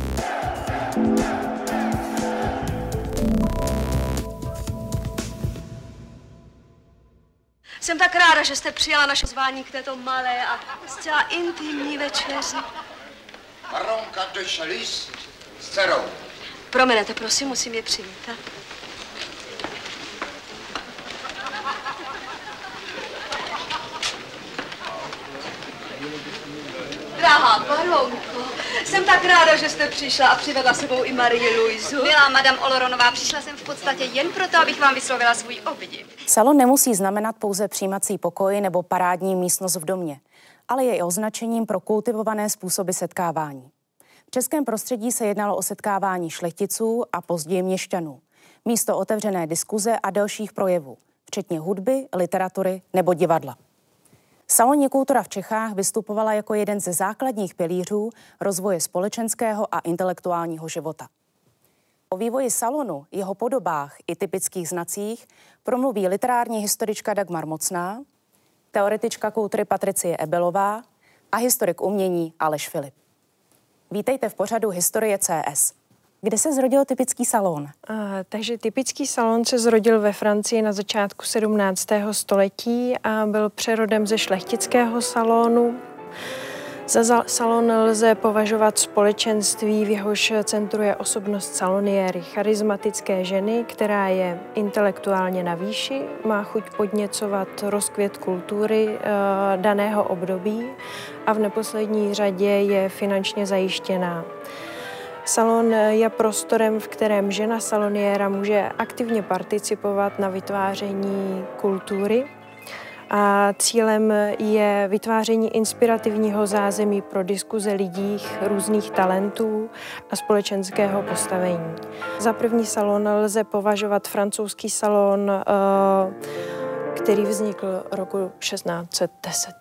Jsem tak ráda, že jste přijala naše zvání k této malé a zcela intimní večeři. Baronka de Challis s dcerou. Promiňte, prosím, musím je přivítat. Drahá baronko, jsem tak ráda, že jste přišla a přivedla sebou i Marii Luizu. Milá madame Oloronová, přišla jsem v podstatě jen proto, abych vám vyslovila svůj obdiv. Salon nemusí znamenat pouze přijímací pokoj nebo parádní místnost v domě, ale je i označením pro kultivované způsoby setkávání. V českém prostředí se jednalo o setkávání šlechticů a později měšťanů. Místo otevřené diskuze a dalších projevů, včetně hudby, literatury nebo divadla. Salonní kultura v Čechách vystupovala jako jeden ze základních pilířů rozvoje společenského a intelektuálního života. O vývoji salonu, jeho podobách i typických znacích promluví literární historička Dagmar Mocná, teoretička kultury Patricie Ebelová a historik umění Aleš Filip. Vítejte v pořadu Historie CS. Kde se zrodil typický salon? Takže typický salon se zrodil ve Francii na začátku 17. století a byl přerodem ze šlechtického salonu. Za salon lze považovat společenství, v jehož centru je osobnost saloniéry, charismatické ženy, která je intelektuálně na výši, má chuť podněcovat rozkvět kultury daného období a v neposlední řadě je finančně zajištěná. Salon je prostorem, v kterém žena saloniéra může aktivně participovat na vytváření kultury. A cílem je vytváření inspirativního zázemí pro diskuze lidí různých talentů a společenského postavení. Za první salon lze považovat francouzský salon, který vznikl roku 1610.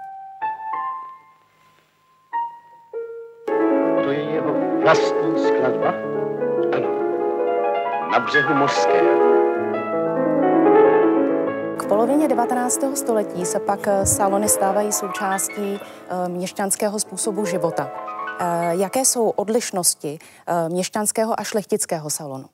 To je jeho vlastní skladba? Ano, na břehu mořského. K polovině 19. století se pak salony stávají součástí měšťanského způsobu života. Jaké jsou odlišnosti měšťanského a šlechtického salonu?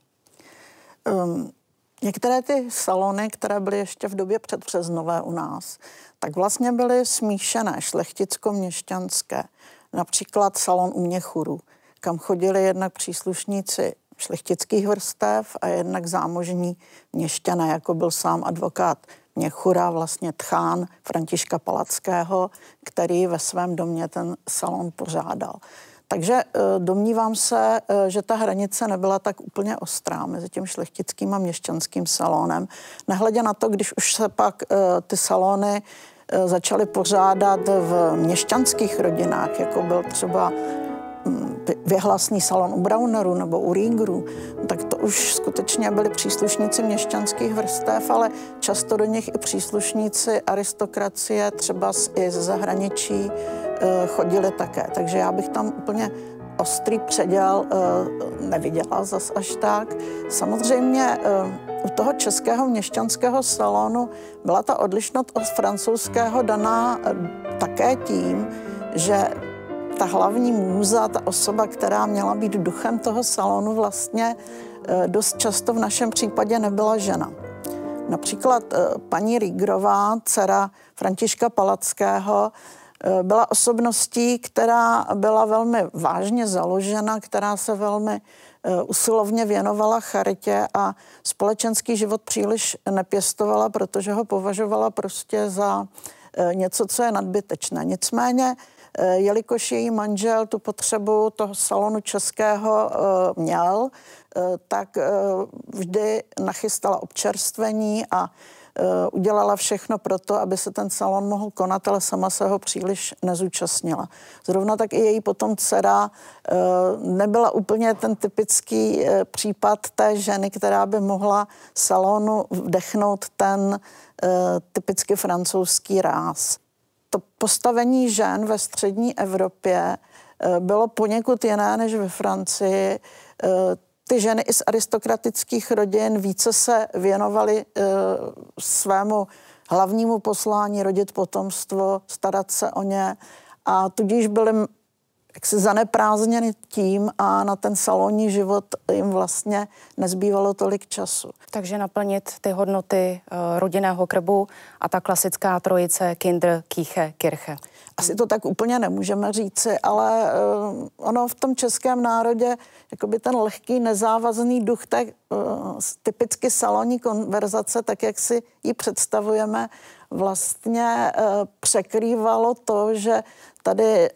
Některé ty salony, které byly ještě v době předbřeznové u nás, tak vlastně byly smíšené šlechticko-měšťanské. Například salon u Měchurů, kam chodili jednak příslušníci šlechtických vrstev a jednak zámožní měšťané, jako byl sám advokát Měchura, vlastně tchán Františka Palackého, který ve svém domě ten salon pořádal. Takže domnívám se, že ta hranice nebyla tak úplně ostrá mezi tím šlechtickým a měšťanským salonem. Nehledě na to, když už se pak ty salony začaly pořádat v měšťanských rodinách, jako byl třeba věhlasný salon u Braunerů nebo u Riegerů, tak to už skutečně byli příslušníci měšťanských vrstev, ale často do nich i příslušníci aristokracie, třeba i ze zahraničí, chodili také. Takže já bych tam úplně ostrý předěl neviděla zas až tak. Samozřejmě u toho českého měšťanského salonu byla ta odlišnost od francouzského daná také tím, že ta hlavní můza, ta osoba, která měla být duchem toho salonu, vlastně dost často v našem případě nebyla žena. Například paní Riegerová, dcera Františka Palackého, byla osobností, která byla velmi vážně založena, která se velmi usilovně věnovala charitě a společenský život příliš nepěstovala, protože ho považovala prostě za něco, co je nadbytečné. Nicméně, jelikož její manžel tu potřebu toho salonu českého měl, tak vždy nachystala občerstvení a udělala všechno pro to, aby se ten salon mohl konat, ale sama se ho příliš nezúčastnila. Zrovna tak i její potom dcera nebyla úplně ten typický případ té ženy, která by mohla salonu vdechnout ten typicky francouzský ráz. To postavení žen ve střední Evropě bylo poněkud jiné než ve Francii. Ty ženy i z aristokratických rodin více se věnovaly svému hlavnímu poslání, rodit potomstvo, starat se o ně a tudíž byly jaksi zaneprázdněny tím a na ten salonní život jim vlastně nezbývalo tolik času. Takže naplnit ty hodnoty rodinného krbu a ta klasická trojice Kinder, Küche, Kirche. Asi to tak úplně nemůžeme říci, ale ono v tom českém národě jakoby ten lehký nezávazný duch té typicky salonní konverzace, tak jak si ji představujeme, vlastně překrývalo to, že tady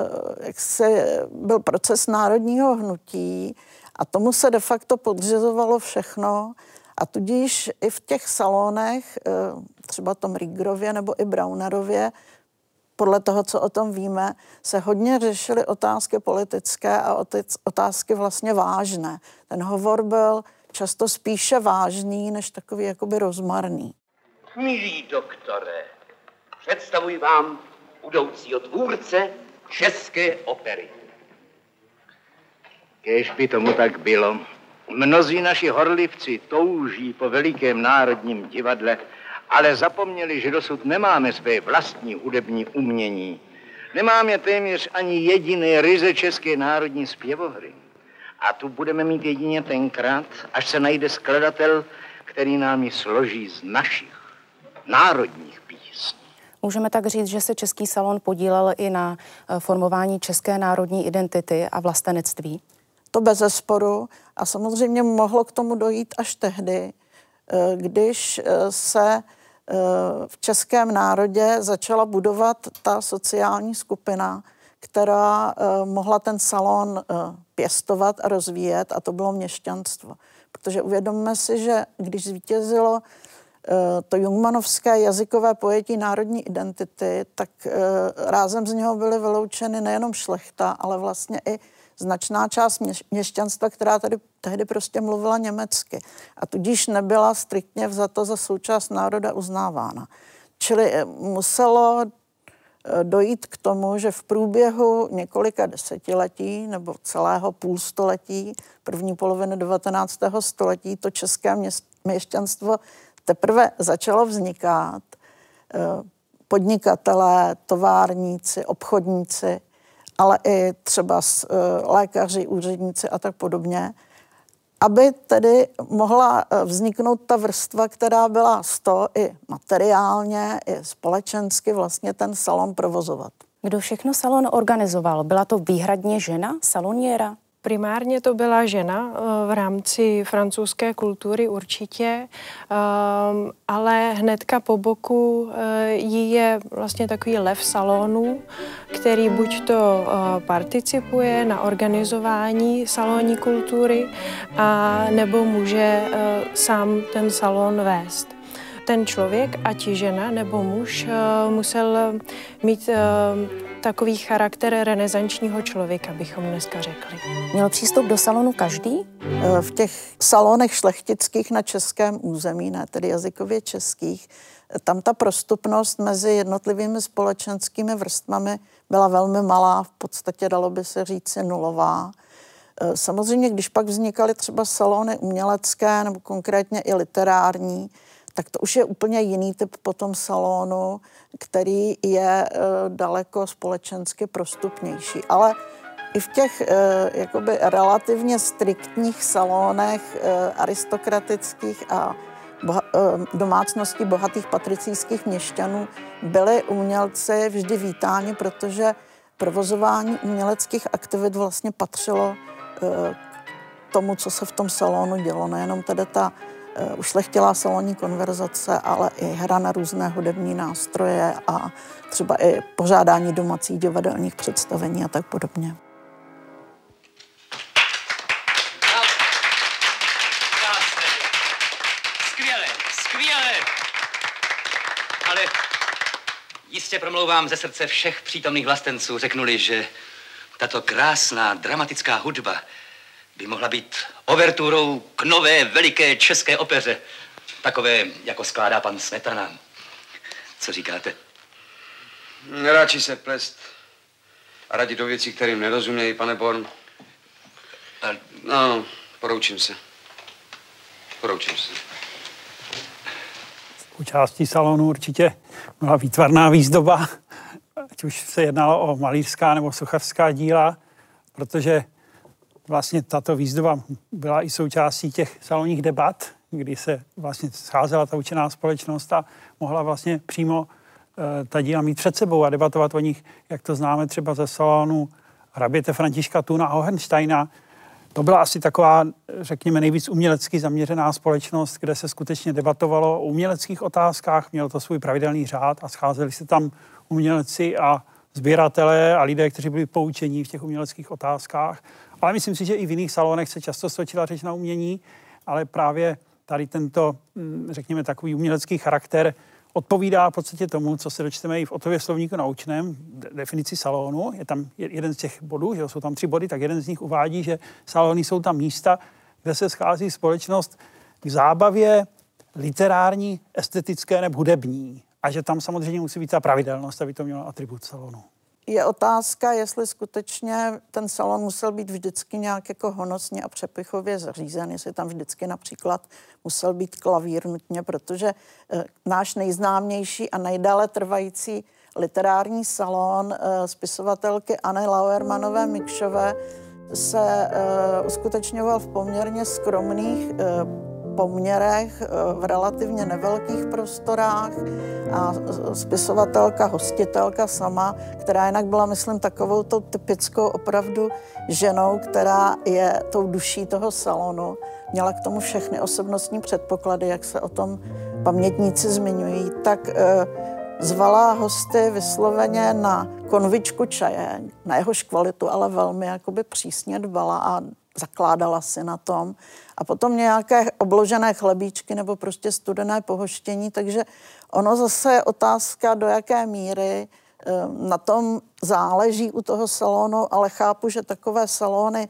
byl proces národního hnutí a tomu se de facto podřizovalo všechno a tudíž i v těch salonech, třeba tom Riegerově nebo i Braunerově, podle toho, co o tom víme, se hodně řešily otázky politické a otázky vlastně vážné. Ten hovor byl často spíše vážný, než takový jakoby rozmarný. Milý doktore, představuji vám budoucího tvůrce české opery. Kéž by tomu tak bylo. Mnozí naši horlivci touží po velikém národním divadle, ale zapomněli, že dosud nemáme své vlastní hudební umění. Nemáme téměř ani jediné ryze české národní zpěvohry. A tu budeme mít jedině tenkrát, až se najde skladatel, který nám ji složí z našich národních písní. Můžeme tak říct, že se Český salon podílel i na formování české národní identity a vlastenectví? To bezesporu a samozřejmě mohlo k tomu dojít až tehdy, když se v českém národě začala budovat ta sociální skupina, která mohla ten salon pěstovat a rozvíjet, a to bylo měšťanstvo. Protože uvědomme si, že když zvítězilo to jungmanovské jazykové pojetí národní identity, tak rázem z něho byly vyloučeny nejenom šlechta, ale vlastně i značná část měšťanstva, která tady tehdy prostě mluvila německy. A tudíž nebyla striktně vzato za součást národa uznávána. Čili muselo dojít k tomu, že v průběhu několika desetiletí nebo celého půlstoletí, první poloviny 19. století, to české měšťanstvo teprve začalo vznikat. Podnikatelé, továrníci, obchodníci, ale i třeba lékaři, úředníci a tak podobně, aby tedy mohla vzniknout ta vrstva, která byla z toho i materiálně, i společensky vlastně ten salon provozovat. Kdo všechno salon organizoval? Byla to výhradně žena, saloniéra? Primárně to byla žena v rámci francouzské kultury určitě, ale hnedka po boku jí je vlastně takový lev salonů, který buď to participuje na organizování salonní kultury, a nebo může sám ten salon vést. Ten člověk, ať žena nebo muž, musel mít takový charakter renesančního člověka, bychom dneska řekli. Měl přístup do salonu každý? V těch salonech šlechtických na českém území, ne tedy jazykově českých, tam ta prostupnost mezi jednotlivými společenskými vrstvami byla velmi malá, v podstatě dalo by se říci nulová. Samozřejmě, když pak vznikaly třeba salony umělecké nebo konkrétně i literární, tak to už je úplně jiný typ potom salonu, který je daleko společensky prostupnější. Ale i v těch jakoby relativně striktních salonech aristokratických a domácností bohatých patricijských měšťanů byli umělci vždy vítáni, protože provozování uměleckých aktivit vlastně patřilo k tomu, co se v tom salonu dělo. Nejenom tedy ta ušlechtilá salonní konverzace, ale i hra na různé hudební nástroje a třeba i pořádání domácích divadelních představení a tak podobně. Skvěle! Ale jistě promlouvám ze srdce všech přítomných vlastenců, řeknuli, že tato krásná dramatická hudba by mohla být overturou k nové veliké české opeře. Takové, jako skládá pan Smetana. Co říkáte? Radši se plést a radit do věcí, kterým nerozumějí, pane Born. No, poroučím se. Součástí salonu určitě byla výtvarná výzdoba. ať už se jednalo o malířská nebo sochařská díla, protože vlastně tato výzdoba byla i součástí těch salonních debat, kdy se vlastně scházela ta učená společnost a mohla vlastně přímo ta díla mít před sebou a debatovat o nich, jak to známe třeba ze salonu hraběte Františka Thuna a Hohensteina. To byla asi taková, řekněme, nejvíc umělecky zaměřená společnost, kde se skutečně debatovalo o uměleckých otázkách, mělo to svůj pravidelný řád a scházeli se tam umělci a sběratelé a lidé, kteří byli poučení v těch uměleckých otázkách. Ale myslím si, že i v jiných salonech se často stočila řeč na umění, ale právě tady tento, řekněme, takový umělecký charakter odpovídá v podstatě tomu, co se dočteme i v Ottově slovníku naučném, definici salonu. Je tam jeden z těch bodů, že jsou tam 3 body, tak jeden z nich uvádí, že salony jsou tam místa, kde se schází společnost k zábavě literární, estetické nebo hudební. A že tam samozřejmě musí být ta pravidelnost, aby to mělo atribut salonu. Je otázka, jestli skutečně ten salon musel být vždycky nějak jako honosně a přepichově zařízen, jestli tam vždycky například musel být klavír nutně, protože náš nejznámější a nejdále trvající literární salon spisovatelky Anny Lauermannové Mikšové se uskutečňoval v poměrně skromných poměrech, v relativně nevelkých prostorách a spisovatelka, hostitelka sama, která jinak byla, myslím, takovou tou typickou opravdu ženou, která je tou duší toho salonu, měla k tomu všechny osobnostní předpoklady, jak se o tom pamětníci zmiňují, tak zvala hosty vysloveně na konvičku čaje, na jehož kvalitu ale velmi jakoby přísně dbala a zakládala si na tom. A potom nějaké obložené chlebíčky nebo prostě studené pohoštění, takže ono zase je otázka, do jaké míry na tom záleží u toho salonu, ale chápu, že takové salony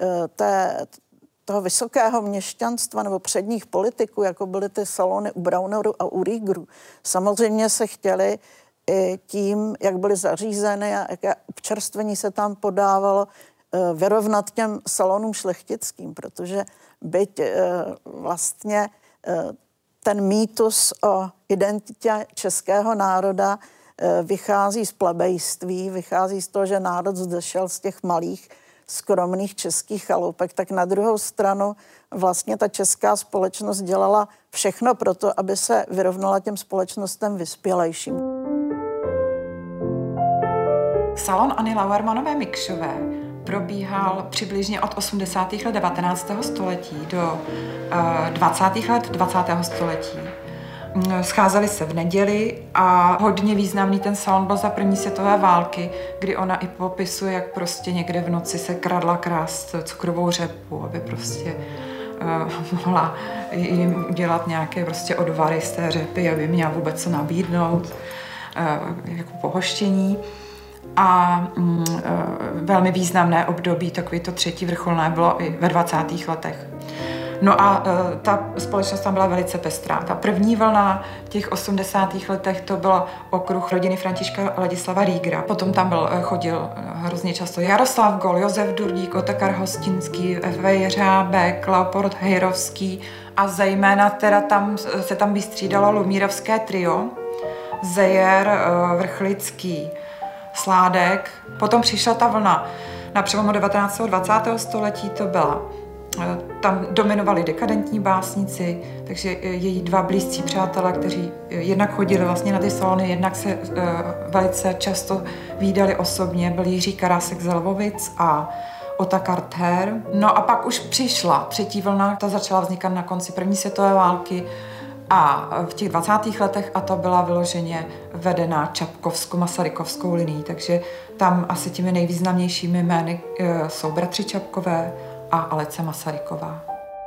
toho vysokého měšťanstva nebo předních politiků, jako byly ty salony u Brauneru a u Riegeru, samozřejmě se chtěli i tím, jak byly zařízeny a jaké občerstvení se tam podávalo, vyrovnat těm salonům šlechtickým, protože byť vlastně ten mýtus o identitě českého národa vychází z plebejství, vychází z toho, že národ vzešel z těch malých, skromných českých chaloupek, tak na druhou stranu vlastně ta česká společnost dělala všechno pro to, aby se vyrovnala těm společnostem vyspělejším. Salon Anny Lauermannové Mikšové probíhal přibližně od 80. let 19. století do 20. let 20. století. Scházeli se v neděli a hodně významný ten salon byl za první světové války, kdy ona i popisuje, jak prostě někde v noci se kradla krást cukrovou řepu, aby prostě mohla jim dělat nějaké prostě odvary z té řepy, aby měla vůbec co nabídnout jako pohoštění. A velmi významné období, takový to třetí vrcholné, bylo i ve 20. letech. No a ta společnost tam byla velice pestrá. Ta první vlna těch 80. letech to byl okruh rodiny Františka Ladislava Riegera. Potom tam chodil hrozně často Jaroslav Gol, Josef Durdík, Otakar Hostinský, F.V. Jeřábek, Leopold Hejrovský a zejména teda se tam vystřídalo lumírovské trio, Zeyer, Vrchlický, Sládek. Potom přišla ta vlna na přelomu 19. a 20. století, to byla. Tam dominovali dekadentní básníci, takže její 2 blízcí přátelé, kteří jednak chodili vlastně na ty salony, jednak se velice často vídali osobně, byl Jiří Karásek z Lvovic a Otakar Ther. No a pak už přišla třetí vlna, ta začala vznikat na konci první světové války a v těch 20. letech a to byla vyloženě vedená čapkovsko-masarykovskou linií, takže tam asi těmi nejvýznamnějšími jmény jsou bratři Čapkové a Alece Masaryková.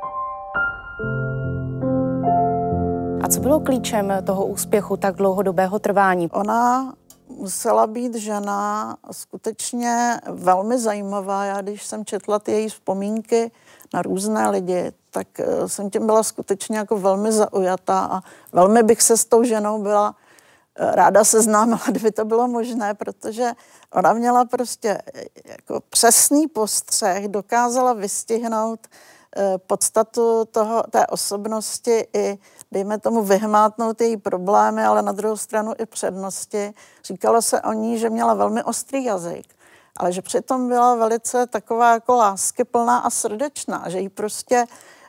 A co bylo klíčem toho úspěchu tak dlouhodobého trvání? Ona musela být žena skutečně velmi zajímavá. Já když jsem četla ty její vzpomínky na různé lidi, tak jsem tím byla skutečně jako velmi zaujatá a velmi bych se s tou ženou byla ráda seznámila, kdyby to bylo možné, protože ona měla prostě jako přesný postřeh, dokázala vystihnout podstatu té osobnosti i dejme tomu, vyhmátnout její problémy, ale na druhou stranu i přednosti. Říkalo se o ní, že měla velmi ostrý jazyk, ale že přitom byla velice taková jako láskyplná a srdečná, že jí prostě,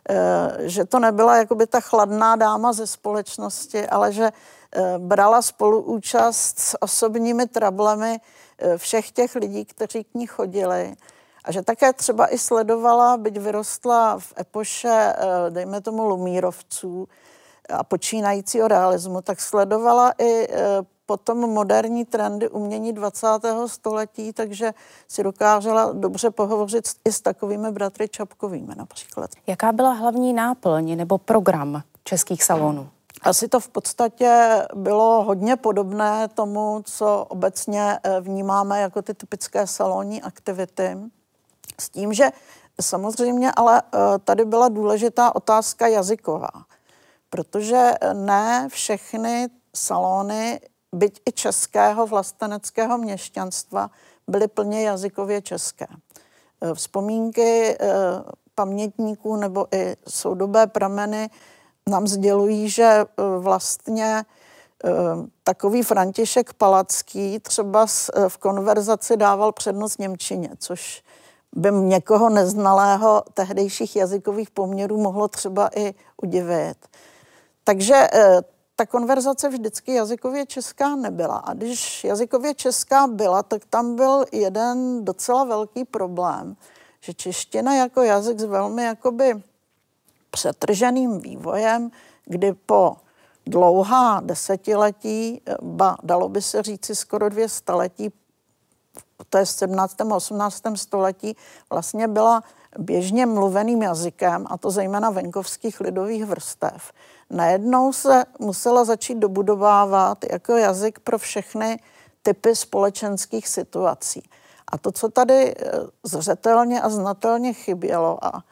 že to nebyla jakoby ta chladná dáma ze společnosti, ale že brala spoluúčast s osobními trablemi všech těch lidí, kteří k ní chodili. A že také třeba i sledovala, byť vyrostla v epoše, dejme tomu, Lumírovců a počínajícího realismu, tak sledovala i potom moderní trendy umění 20. století, takže si dokázala dobře pohovořit i s takovými bratry Čapkovými například. Jaká byla hlavní náplň nebo program českých salonů? Asi to v podstatě bylo hodně podobné tomu, co obecně vnímáme jako ty typické salonní aktivity. S tím, že samozřejmě ale tady byla důležitá otázka jazyková, protože ne všechny salony, byť i českého vlasteneckého měšťanstva, byly plně jazykově české. Vzpomínky pamětníků nebo i soudobé prameny nám sdělují, že vlastně takový František Palacký třeba v konverzaci dával přednost němčině, což by někoho neznalého tehdejších jazykových poměrů mohlo třeba i udivit. Takže ta konverzace vždycky jazykově česká nebyla. A když jazykově česká byla, tak tam byl jeden docela velký problém, že čeština jako jazyk s velmi jakoby přetrženým vývojem, kdy po dlouhá desetiletí, ba dalo by se říci skoro 2 staletí, to je v 17. a 18. století, vlastně byla běžně mluveným jazykem, a to zejména venkovských lidových vrstev. Najednou se musela začít dobudovávat jako jazyk pro všechny typy společenských situací. A to, co tady zřetelně a znatelně chybělo a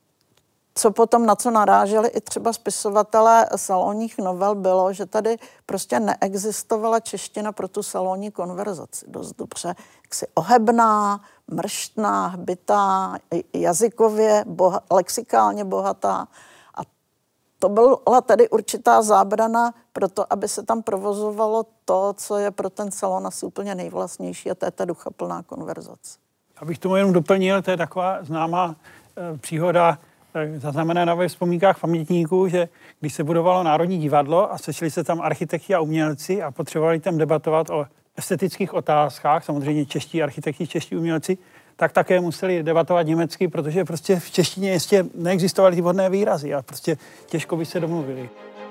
co potom, na co naráželi i třeba spisovatelé salonních novel, bylo, že tady prostě neexistovala čeština pro tu salonní konverzaci dost dobře. Jaksi ohebná, mrštná, hbitá, jazykově, lexikálně bohatá. A to byla tady určitá zábrana pro to, aby se tam provozovalo to, co je pro ten salon asi úplně nejvlastnější, a to je ta duchaplná konverzace. Abych tomu jenom doplnil, to je taková známá příhoda, zaznamenaná ve vzpomínkách pamětníků, že když se budovalo Národní divadlo a sešli se tam architekti a umělci a potřebovali tam debatovat o estetických otázkách, samozřejmě čeští architekti, čeští umělci, tak také museli debatovat německy, protože prostě v češtině ještě neexistovaly ty vhodné výrazy a prostě těžko by se domluvili.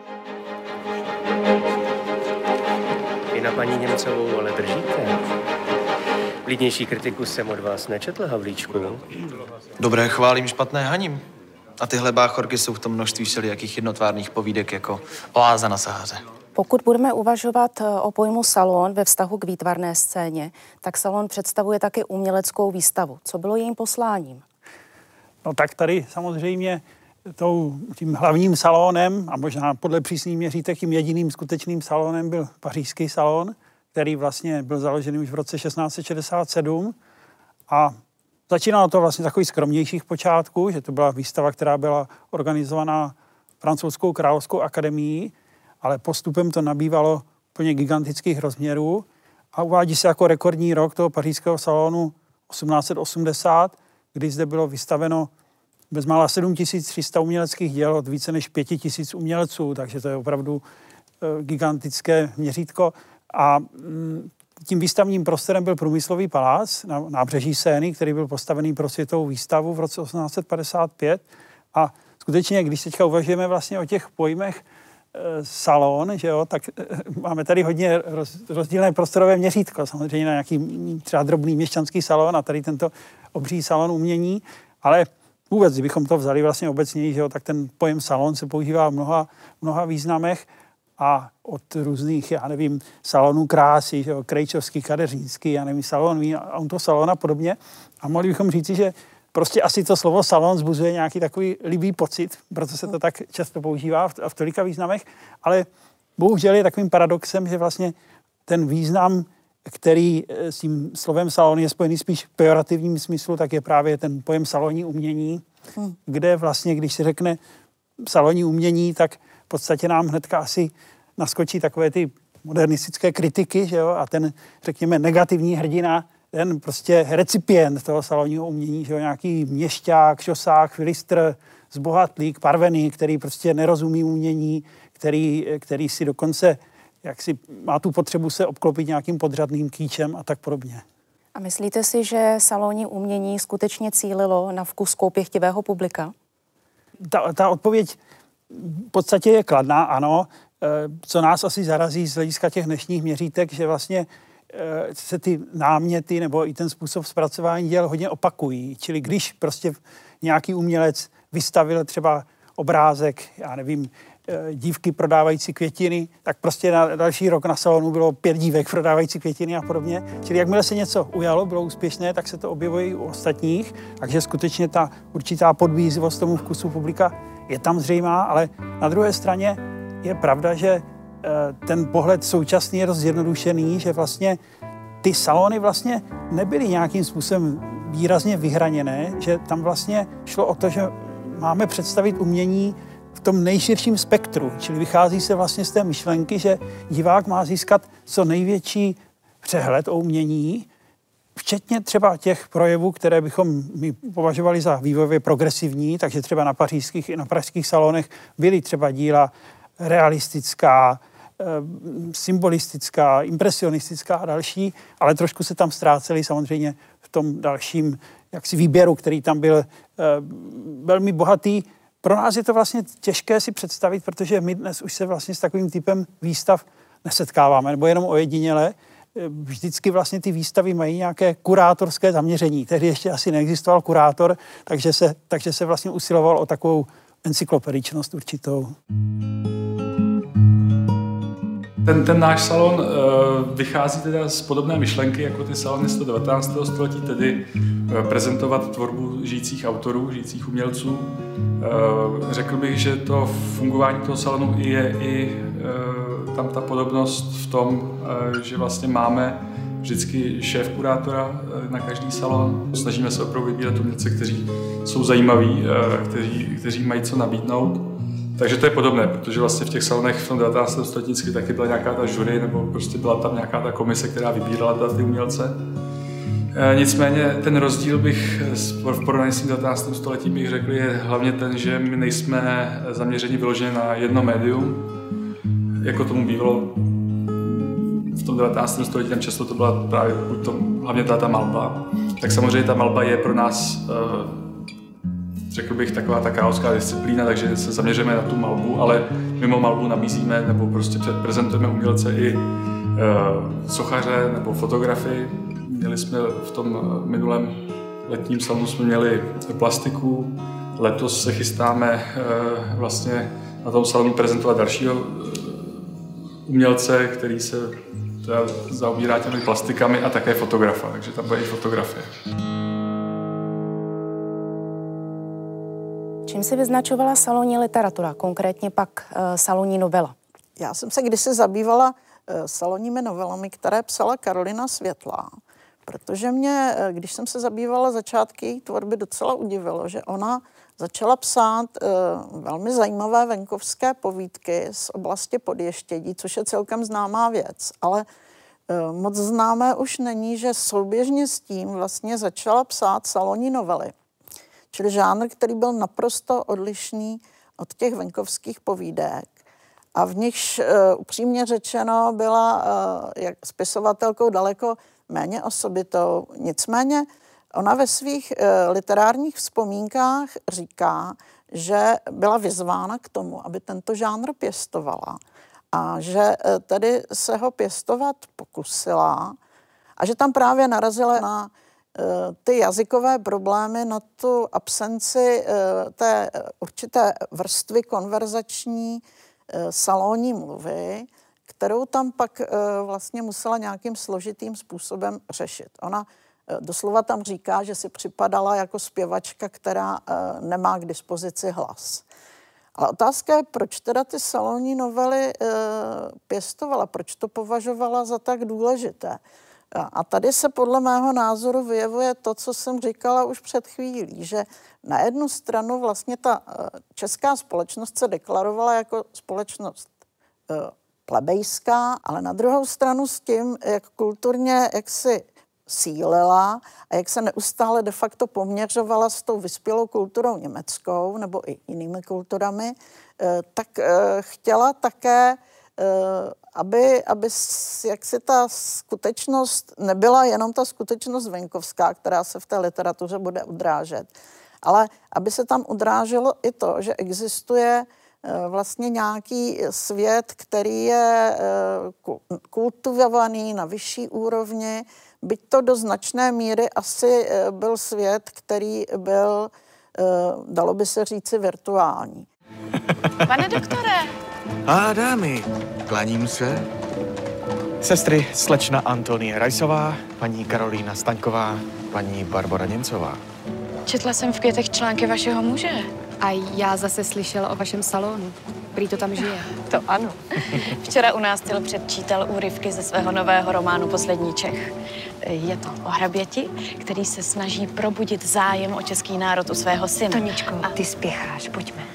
I na paní Němcovou ale držíte. Vlídnější kritiku jsem od vás nečetl, Havlíčku. Dobré chválím, špatné haním. A tyhle báchorky jsou v tom množství všelijakých jednotvárných povídek jako oáza na Sahaře. Pokud budeme uvažovat o pojmu salon ve vztahu k výtvarné scéně, tak salon představuje taky uměleckou výstavu. Co bylo jejím posláním? No tak tady samozřejmě tím hlavním salónem, a možná podle přísných měřítek tím jediným skutečným salónem byl pařížský salon, který vlastně byl založený už v roce 1667 a začínalo to vlastně takových skromnějších počátků, že to byla výstava, která byla organizovaná Francouzskou královskou akademií, ale postupem to nabývalo úplně gigantických rozměrů a uvádí se jako rekordní rok toho pařížského salonu 1880, kdy zde bylo vystaveno bezmála 7300 uměleckých děl od více než 5000 umělců, takže to je opravdu gigantické měřítko. A tím výstavním prostorem byl průmyslový palác na nábřeží Seiny, který byl postavený pro světovou výstavu v roce 1855. A skutečně, když teďka uvažujeme vlastně o těch pojmech salon, že jo, tak máme tady hodně rozdílné prostorové měřítko. Samozřejmě na nějaký třeba drobný měšťanský salon a tady tento obří salon umění, ale vůbec, kdybychom to vzali vlastně obecněji, že jo, tak ten pojem salon se používá v mnoha významech a od různých, já nevím, salonů krásy, že jo, krejčovský, kadeřínský, já nevím, salon, autosalon a podobně. A mohli bychom říci, že prostě asi to slovo salon zbuzuje nějaký takový líbý pocit, proto se to tak často používá v tolika významech, ale bohužel je takovým paradoxem, že vlastně ten význam, který s tím slovem salon je spojený spíš v pejorativním smyslu, tak je právě ten pojem salonní umění, kde vlastně, když se řekne salonní umění, tak v podstatě nám hnedka asi naskočí takové ty modernistické kritiky, že jo, a ten, řekněme, negativní hrdina, ten prostě recipient toho salonního umění, že jo, nějaký měšťák, šosák, filistr, zbohatlík, parvený, který prostě nerozumí umění, který si dokonce jaksi má tu potřebu se obklopit nějakým podřadným kýčem a tak podobně. A myslíte si, že salonní umění skutečně cílilo na vkus koupěchtivého publika? Ta odpověď v podstatě je kladná, ano. Co nás asi zarazí z hlediska těch dnešních měřítek, že vlastně se ty náměty nebo i ten způsob zpracování děl hodně opakují. Čili když prostě nějaký umělec vystavil třeba obrázek, já nevím, dívky prodávající květiny, tak prostě na další rok na salonu bylo 5 dívek prodávající květiny a podobně. Čili jakmile se něco ujalo, bylo úspěšné, tak se to objevuje i u ostatních. Takže skutečně ta určitá podvízivost tomu vkusu publika je tam zřejmá, ale na druhé straně je pravda, že ten pohled současný je dost zjednodušený, že vlastně ty salony vlastně nebyly nějakým způsobem výrazně vyhraněné, že tam vlastně šlo o to, že máme představit umění v tom nejširším spektru, čili vychází se vlastně z té myšlenky, že divák má získat co největší přehled o umění, včetně třeba těch projevů, které bychom my považovali za vývojově progresivní, takže třeba na pařížských i na pražských salonech byly třeba díla realistická, symbolistická, impresionistická a další, ale trošku se tam ztráceli samozřejmě v tom dalším jaksi výběru, který tam byl velmi bohatý. Pro nás je to vlastně těžké si představit, protože my dnes už se vlastně s takovým typem výstav nesetkáváme, nebo jenom ojediněle. Vždycky vlastně ty výstavy mají nějaké kurátorské zaměření. Tehdy ještě asi neexistoval kurátor, takže se vlastně usiloval o takovou encyklopedičnost určitou. Ten náš salon vychází teda z podobné myšlenky jako ty salony z 19. století, tedy prezentovat tvorbu žijících autorů, žijících umělců. Řekl bych, že to fungování toho salonu je i tam ta podobnost v tom, že vlastně máme vždycky šéf-kurátora na každý salon. Snažíme se opravdu vybírat umělce, kteří jsou zajímaví, kteří mají co nabídnout. Takže to je podobné, protože vlastně v těch salonech v tom 19. století taky byla nějaká ta jury, nebo prostě byla tam nějaká ta komise, která vybírala ty umělce. Nicméně ten rozdíl bych v porovnání s tím 19. stoletím bych řekl je hlavně ten, že my nejsme zaměřeni vyloženě na jedno médium, jako tomu bývalo v tom 19. století, tam často to byla právě hlavně ta malba. Tak samozřejmě ta malba je pro nás řekl bych, taková ta chaoská disciplína, takže se zaměříme na tu malbu, ale mimo malbu nabízíme nebo prostě prezentujeme umělce i sochaře nebo fotografii. Měli jsme v tom minulém letním salonu jsme měli plastiku. Letos se chystáme vlastně na tom salonu prezentovat dalšího umělce, který se zaobírá těmi plastikami a také fotografa, takže tam bude i fotografie. Čím se vyznačovala salonní literatura, konkrétně pak salonní novela? Já jsem se kdysi zabývala salonními novelami, které psala Karolina Světlá, protože mě, když jsem se zabývala začátky její tvorby, docela udivilo, že ona začala psát velmi zajímavé venkovské povídky z oblasti Podještědí, což je celkem známá věc, ale moc známé už není, že souběžně s tím vlastně začala psát salonní novely. Čili žánr, který byl naprosto odlišný od těch venkovských povídek a v nichž upřímně řečeno byla spisovatelkou daleko méně osobitou. Nicméně ona ve svých literárních vzpomínkách říká, že byla vyzvána k tomu, aby tento žánr pěstovala a že tedy se ho pěstovat pokusila a že tam právě narazila na ty jazykové problémy, na tu absenci té určité vrstvy konverzační salonní mluvy, kterou tam pak vlastně musela nějakým složitým způsobem řešit. Ona doslova tam říká, že si připadala jako zpěvačka, která nemá k dispozici hlas. Ale otázka je, proč teda ty salonní novely pěstovala, proč to považovala za tak důležité. A tady se podle mého názoru vyjevuje to, co jsem říkala už před chvílí, že na jednu stranu vlastně ta česká společnost se deklarovala jako společnost plebejská, ale na druhou stranu s tím, jak kulturně, jak si sílila a jak se neustále de facto poměřovala s tou vyspělou kulturou německou nebo i jinými kulturami, tak chtěla také, aby jaksi ta skutečnost nebyla jenom ta skutečnost venkovská, která se v té literatuře bude odrážet, ale aby se tam odráželo i to, že existuje vlastně nějaký svět, který je kultivovaný na vyšší úrovni, byť to do značné míry asi byl svět, který byl, dalo by se říci, virtuální. Pane doktore! A dámy, klaním se. Sestry slečna Antonie Rajsová, paní Karolína Staňková, paní Barbora Němcová. Četla jsem v Květech články vašeho muže. A já zase slyšela o vašem salonu. Prý to tam žije. To ano. Včera u nás Tyl předčítal úryvky ze svého nového románu Poslední Čech. Je to o hraběti, který se snaží probudit zájem o český národ u svého syna. Toničko, ty spěcháš, pojďme.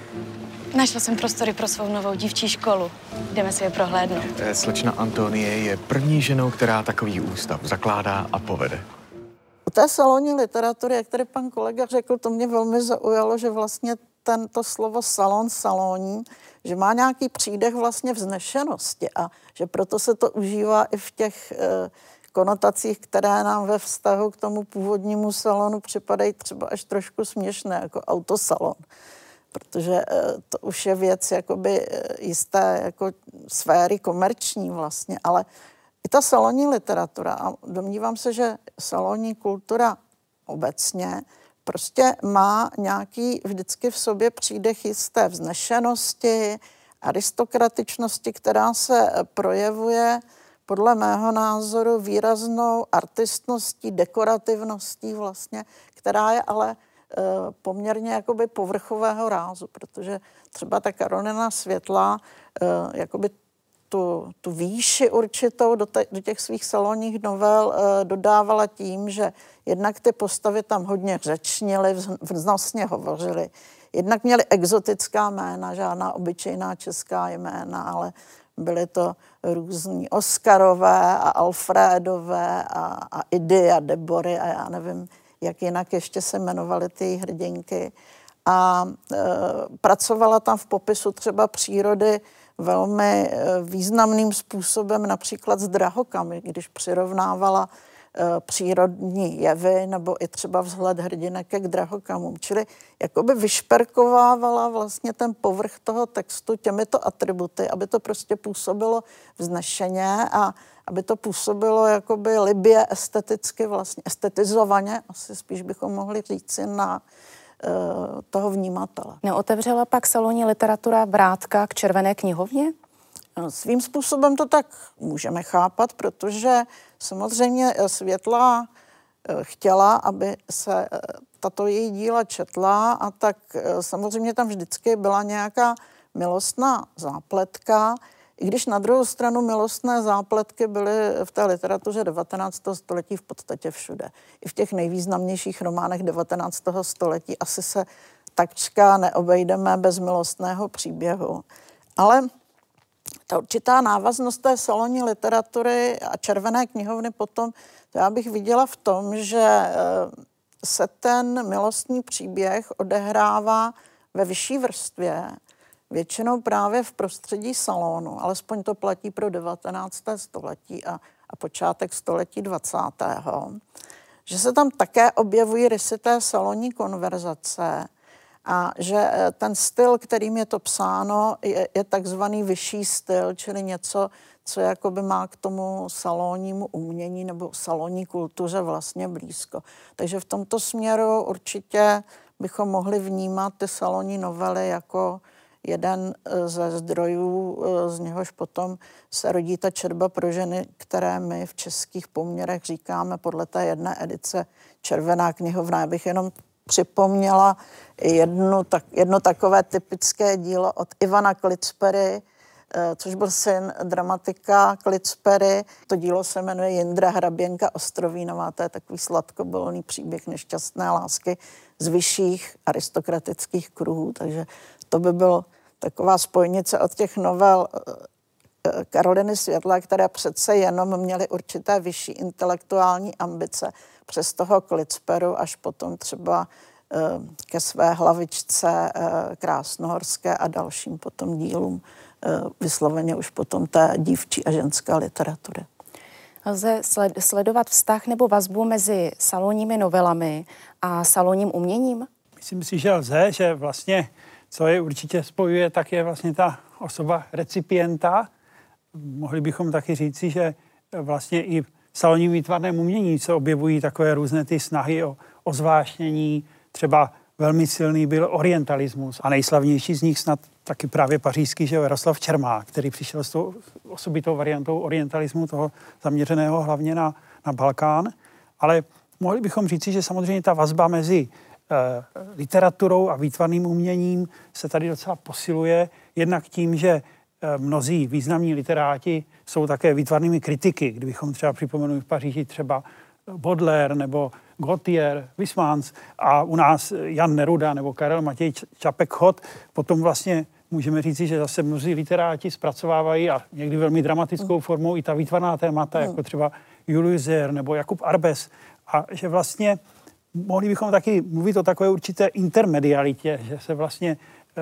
Našla jsem prostory pro svou novou dívčí školu. Jdeme si je prohlédnout. Slečna Antonie je první ženou, která takový ústav zakládá a povede. U té salonní literatury, jak tady pan kolega řekl, to mě velmi zaujalo, že vlastně to slovo salon, salónní, že má nějaký přídech vlastně vznešenosti a že proto se to užívá i v těch konotacích, které nám ve vztahu k tomu původnímu salonu připadají třeba až trošku směšné, jako autosalon. Protože to už je věc jakoby jisté jako sféry komerční vlastně, ale i ta salonní literatura, a domnívám se, že salonní kultura obecně prostě má nějaký vždycky v sobě přídech jisté vznešenosti, aristokratičnosti, která se projevuje podle mého názoru výraznou artistností, dekorativností vlastně, která je ale poměrně jakoby povrchového rázu, protože třeba ta Karolina Světlá jakoby tu výši určitou do těch svých salonních novel dodávala tím, že jednak ty postavy tam hodně řečnily, vznosně hovořily. Jednak měly exotická jména, žádná obyčejná česká jména, ale byly to různí Oscarové a Alfrédové a Idy a Debory a já nevím, jak jinak ještě se jmenovaly ty hrdinky. A pracovala tam v popisu třeba přírody velmi významným způsobem, například s drahokamy, když přirovnávala přírodní jevy nebo i třeba vzhled hrdinek k drahokamům. Čili jakoby vyšperkovávala vlastně ten povrch toho textu těmito atributy, aby to prostě působilo vznešeně a aby to působilo jakoby libě esteticky, vlastně estetizovaně, asi spíš bychom mohli říci na toho vnímatele. Neotevřela pak salonní literatura vrátka k Červené knihovně? Svým způsobem to tak můžeme chápat, protože samozřejmě Světlá chtěla, aby se tato její díla četla a tak samozřejmě tam vždycky byla nějaká milostná zápletka, i když na druhou stranu milostné zápletky byly v té literatuře 19. století v podstatě všude. I v těch nejvýznamnějších románech 19. století asi se takřka neobejdeme bez milostného příběhu. Ale ta určitá návaznost té salonní literatury a Červené knihovny potom, to já bych viděla v tom, že se ten milostný příběh odehrává ve vyšší vrstvě, většinou právě v prostředí salonu, alespoň to platí pro 19. století a počátek století 20. Že se tam také objevují rysy té salonní konverzace a že ten styl, kterým je to psáno, je takzvaný vyšší styl, čili něco, co jakoby má k tomu salonnímu umění nebo salonní kultuře vlastně blízko. Takže v tomto směru určitě bychom mohli vnímat ty salonní novely jako jeden ze zdrojů, z něhož potom se rodí ta četba pro ženy, které my v českých poměrech říkáme podle té jedné edice Červená knihovna. Já bych jenom připomněla jedno takové typické dílo od Ivana Klitspery, což byl syn dramatika Klitspery. To dílo se jmenuje Jindra Hraběnka Ostrovínová. To je takový sladkobolný příběh nešťastné lásky z vyšších aristokratických kruhů. Takže to by byl taková spojnice od těch novel Karoliny Světlé, které přece jenom měly určité vyšší intelektuální ambice přes toho Klitsperu až potom třeba ke své hlavičce Krásnohorské a dalším potom dílům, vysloveně už potom té dívčí a ženské literatury. Lze sledovat vztah nebo vazbu mezi salonními novelami a salonním uměním? Myslím si, že lze, že vlastně, co je určitě spojuje, tak je vlastně ta osoba recipienta. Mohli bychom taky říci, že vlastně i v salonním výtvarném umění se objevují takové různé ty snahy o ozvášnění. Třeba velmi silný byl orientalismus a nejslavnější z nich snad taky právě pařížský, že Jaroslav Čermák, který přišel s tou osobitou variantou orientalismu, toho zaměřeného hlavně na Balkán. Ale mohli bychom říci, že samozřejmě ta vazba mezi literaturou a výtvarným uměním se tady docela posiluje, jednak tím, že mnozí významní literáti jsou také výtvarnými kritiky. Kdybychom třeba připomenuli v Paříži třeba Baudelaire nebo Gautier, Huysmans a u nás Jan Neruda nebo Karel Matěj Čapek-Chod. Potom vlastně můžeme říci, že zase mnozí literáti zpracovávají a někdy velmi dramatickou formou i ta výtvarná témata, jako třeba Julius Zer nebo Jakub Arbes. A že vlastně mohli bychom taky mluvit o takové určité intermedialitě, že se vlastně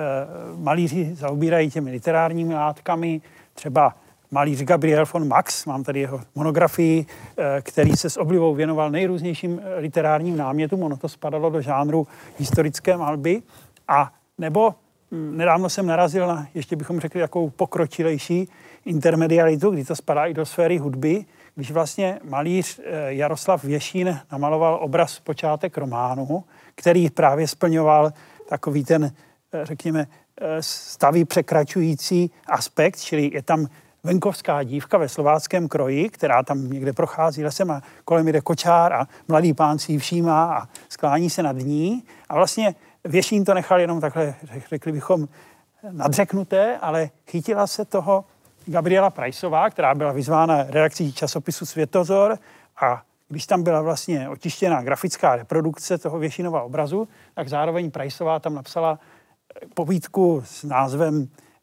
malíři zaobírají těmi literárními látkami, třeba malíř Gabriel von Max, mám tady jeho monografii, který se s oblibou věnoval nejrůznějším literárním námětům, ono to spadalo do žánru historické malby, a nebo nedávno jsem narazil na, ještě bychom řekli, takovou pokročilejší intermedialitu, kdy to spadá i do sféry hudby, když vlastně malíř Jaroslav Věšín namaloval obraz Počátek románu, který právě splňoval takový ten, řekněme, stavy překračující aspekt, čili je tam venkovská dívka ve slováckém kroji, která tam někde prochází lesem a kolem jde kočár a mladý pán si ji všímá a sklání se nad ní. A vlastně Věšín to nechal jenom takhle, řekli bychom, nadřeknuté, ale chytila se toho Gabriela Preissová, která byla vyzvána redakcí časopisu Světozor, a když tam byla vlastně otištěná grafická reprodukce toho Věšínova obrazu, tak zároveň Preissová tam napsala povídku s názvem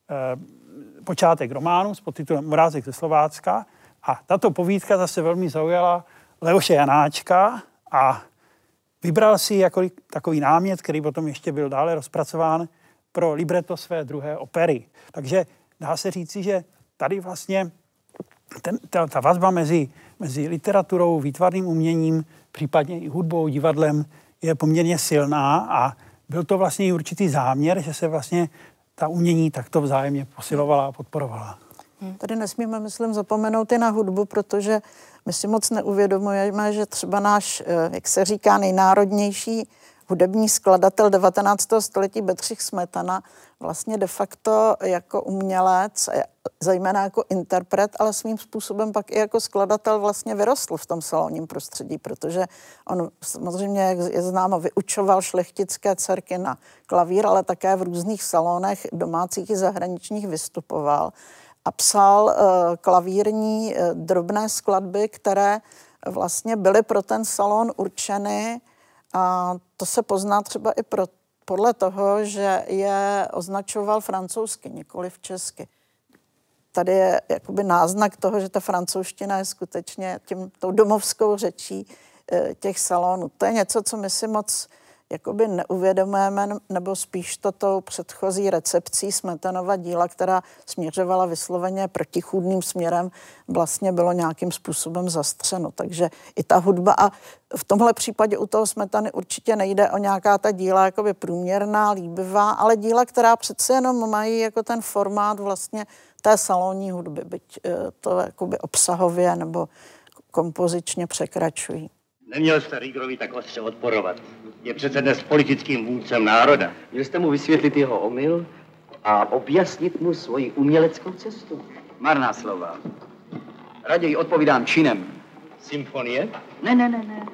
Počátek románu s podtitulem Obrázek ze Slovácka, a tato povídka zase velmi zaujala Leoše Janáčka a vybral si jako takový námět, který potom ještě byl dále rozpracován, pro libreto své druhé opery. Takže dá se říci, že tady vlastně ta vazba mezi literaturou, výtvarným uměním, případně i hudbou, divadlem je poměrně silná, a byl to vlastně i určitý záměr, že se vlastně ta umění takto vzájemně posilovala a podporovala. Tady nesmíme, myslím, zapomenout i na hudbu, protože my si moc neuvědomujeme, že třeba náš, jak se říká, nejnárodnější hudební skladatel 19. století Bedřich Smetana vlastně de facto jako umělec, zejména jako interpret, ale svým způsobem pak i jako skladatel vlastně vyrostl v tom salonním prostředí, protože on samozřejmě, jak je známo, vyučoval šlechtické dcerky na klavír, ale také v různých salonech domácích i zahraničních vystupoval a psal klavírní drobné skladby, které vlastně byly pro ten salon určeny. A to se pozná třeba i podle toho, že je označoval francouzsky, nikoliv česky. Tady je jakoby náznak toho, že ta francouzština je skutečně tou domovskou řečí těch salonů. To je něco, co my si moc jakoby neuvědomujeme, nebo spíš to tou předchozí recepcí Smetanova díla, která směřovala vysloveně protichůdným směrem, vlastně bylo nějakým způsobem zastřeno. Takže i ta hudba, a v tomhle případě u toho Smetany určitě nejde o nějaká ta díla jakoby průměrná, líbivá, ale díla, která přece jenom mají jako ten formát vlastně té salonní hudby, byť to jakoby obsahově nebo kompozičně překračují. Neměl jste Riegerovi tak ostře odporovat. Je přece dnes politickým vůdcem národa. Měl jste mu vysvětlit jeho omyl a objasnit mu svoji uměleckou cestu. Marná slova. Raději odpovídám činem. Symfonie? Ne.